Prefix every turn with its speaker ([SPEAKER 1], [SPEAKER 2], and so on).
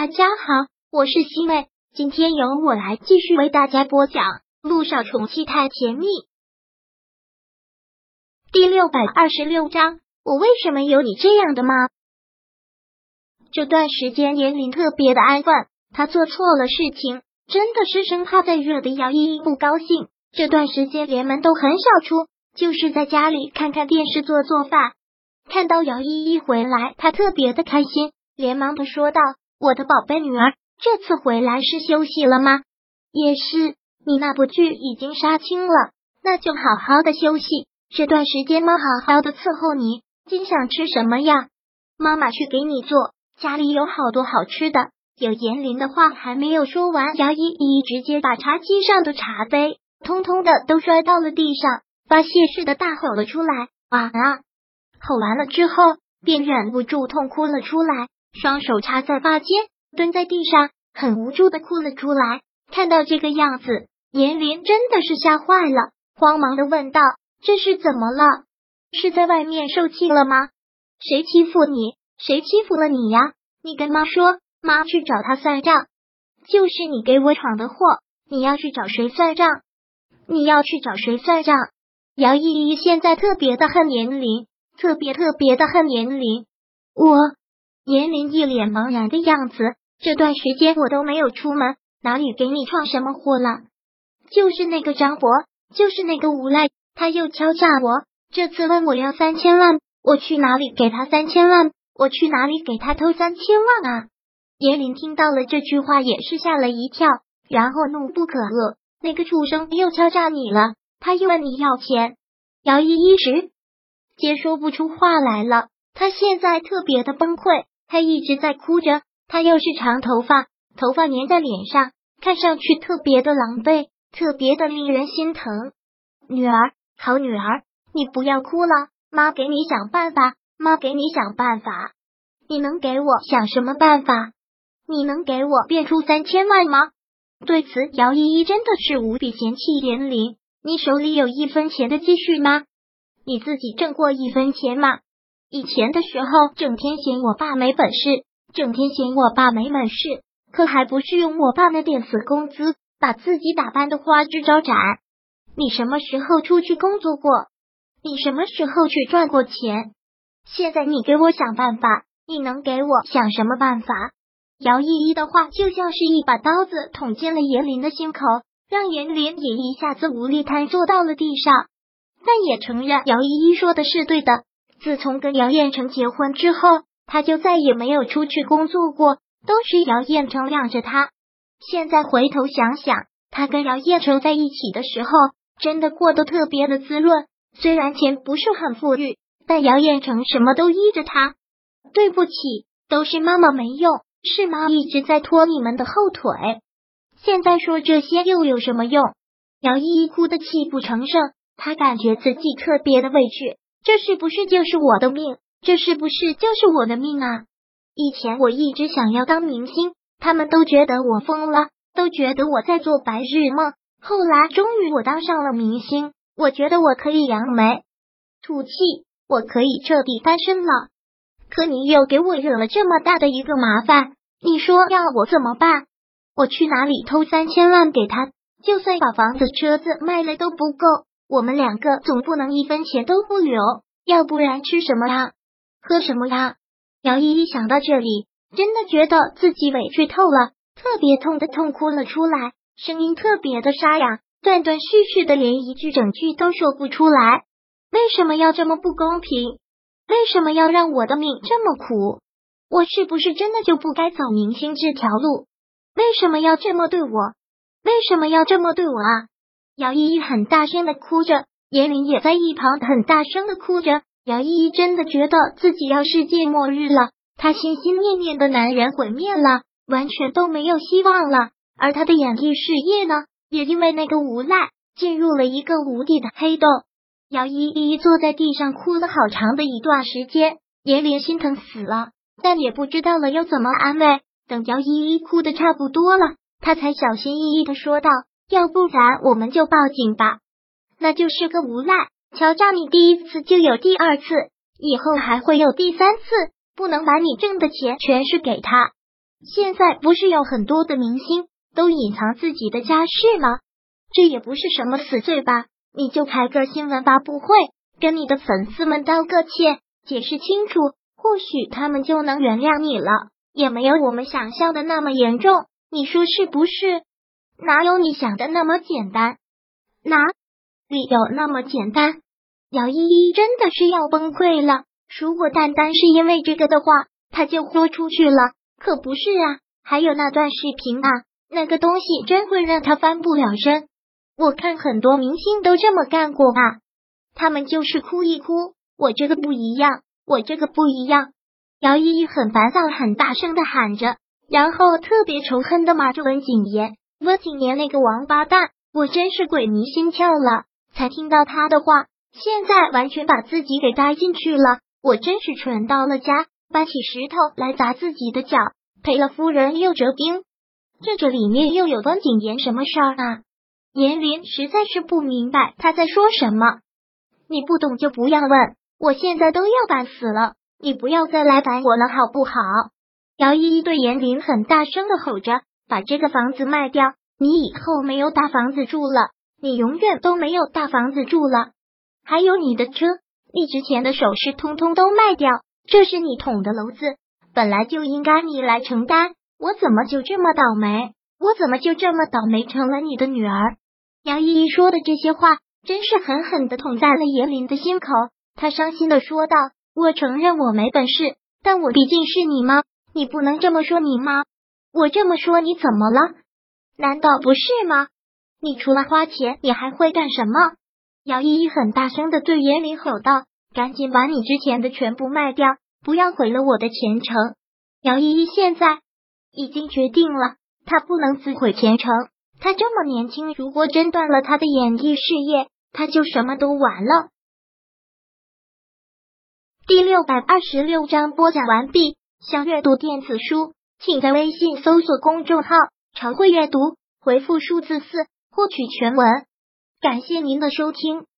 [SPEAKER 1] 大家好，我是西妹，今天由我来继续为大家播讲《陆少宠妻太甜蜜》第626章。我为什么有你这样的妈？这段时间严林特别的安分，他做错了事情，真的是生怕再惹得姚依依不高兴。这段时间连门都很少出，就是在家里看看电视做饭。看到姚依依回来，他特别的开心，连忙的说道：我的宝贝女儿，这次回来是休息了吗？也是，你那部剧已经杀青了，那就好好的休息，这段时间妈好好的伺候你。今想吃什么呀？妈妈去给你做，家里有好多好吃的。有严林的话还没有说完，姚依依直接把茶几上的茶杯通通的都摔到了地上，发泄似的大吼了出来。啊！吼完了之后，便忍不住痛哭了出来，双手插在发间，蹲在地上，很无助的哭了出来。看到这个样子，严林真的是吓坏了，慌忙的问道：这是怎么了？是在外面受气了吗？谁欺负你？谁欺负了你呀？你跟妈说，妈去找他算账。就是你给我闯的祸，你要去找谁算账？你要去找谁算账？姚依依现在特别的恨严林，特别的恨严林。严林一脸茫然的样子，这段时间我都没有出门，哪里给你闯什么祸了？就是那个张博，就是那个无赖，他又敲诈我，这次问我要3000万，我去哪里给他3000万？我去哪里给他偷3000万啊？严林听到了这句话也是吓了一跳，然后怒不可遏，那个畜生又敲诈你了，他又问你要钱。姚依依直接说不出话来了，他现在特别的崩溃，他一直在哭着，他又是长头发，头发粘在脸上，看上去特别的狼狈，特别的令人心疼。女儿，好女儿，你不要哭了，妈给你想办法，妈给你想办法。你能给我想什么办法？你能给我变出3000万吗？对此，姚依依真的是无比嫌弃严林。你手里有1分钱的积蓄吗？你自己挣过1分钱吗？以前的时候整天嫌我爸没本事，可还不是用我爸那点死工资把自己打扮的花枝招展。你什么时候出去工作过？你什么时候去赚过钱？现在你给我想办法，你能给我想什么办法？姚依依的话就像是一把刀子捅进了严林的心口，让严林也一下子无力瘫坐到了地上。但也承认姚依依说的是对的，自从跟姚彦成结婚之后，他就再也没有出去工作过，都是姚彦成养着他。现在回头想想，他跟姚彦成在一起的时候，真的过得特别的滋润，虽然钱不是很富裕，但姚彦成什么都依着他。对不起，都是妈妈没用，是妈一直在拖你们的后腿。现在说这些又有什么用？姚依依哭得泣不成声，她感觉自己特别的委屈，这是不是就是我的命？这是不是就是我的命啊？以前我一直想要当明星，他们都觉得我疯了，都觉得我在做白日梦。后来终于我当上了明星，我觉得我可以扬眉吐气，我可以彻底翻身了。可你又给我惹了这么大的一个麻烦，你说要我怎么办？我去哪里偷3000万给他？就算把房子车子卖了都不够，我们两个总不能1分钱都不留，要不然吃什么呀？喝什么呀？姚依依想到这里，真的觉得自己委屈透了，特别痛的痛哭了出来，声音特别的沙哑，断断续续的，连一句整句都说不出来。为什么要这么不公平？为什么要让我的命这么苦？我是不是真的就不该走明星这条路？为什么要这么对我？为什么要这么对我啊？姚依依很大声的哭着，严林也在一旁很大声的哭着。姚依依真的觉得自己要世界末日了，她心心念念的男人毁灭了，完全都没有希望了。而她的演艺事业呢，也因为那个无赖进入了一个无底的黑洞。姚依依坐在地上哭了好长的一段时间，严林心疼死了，但也不知道了要怎么安慰。等姚依依哭得差不多了，他才小心翼翼的说道：要不然我们就报警吧。那就是个无赖，敲诈你第1次就有第2次，以后还会有第3次，不能把你挣的钱全是给他。 现在不是有很多的明星都隐藏自己的家世吗？这也不是什么死罪吧？你就开个新闻发布会，跟你的粉丝们道个歉，解释清楚，或许他们就能原谅你了，也没有我们想象的那么严重，你说是不是？哪有你想的那么简单？哪里有那么简单？姚依依真的是要崩溃了。如果单单是因为这个的话，她就豁出去了。可不是啊，还有那段视频啊，那个东西真会让她翻不了身。我看很多明星都这么干过啊，他们就是哭一哭，我这个不一样，我这个不一样。姚依依很烦躁，很大声的喊着，然后特别仇恨的骂着温景言。温景言那个王八蛋，我真是鬼迷心窍了，才听到他的话，现在完全把自己给带进去了。我真是蠢到了家，搬起石头来砸自己的脚，赔了夫人又折兵。这里面又有温景言什么事儿啊？严林实在是不明白他在说什么。你不懂就不要问，我现在都要烦死了，你不要再来烦我了好不好？姚依依对严林很大声的吼着，把这个房子卖掉，你以后没有大房子住了，你永远都没有大房子住了。还有你的车，你值钱的首饰通通都卖掉，这是你捅的娄子，本来就应该你来承担，我怎么就这么倒霉？我怎么就这么倒霉成了你的女儿？姚依依说的这些话真是狠狠的捅在了严林的心口，她伤心的说道，我承认我没本事，但我毕竟是你妈，你不能这么说你妈，我这么说你怎么了？难道不是吗？你除了花钱你还会干什么？姚依依很大声的对严林吼道，赶紧把你之前的全部卖掉，不要毁了我的前程。姚依依现在已经决定了，她不能自毁前程，她这么年轻，如果真断了她的演艺事业，她就什么都完了。第626章播讲完毕。想阅读电子书，请在微信搜索公众号常会阅读，回复数字4获取全文。感谢您的收听。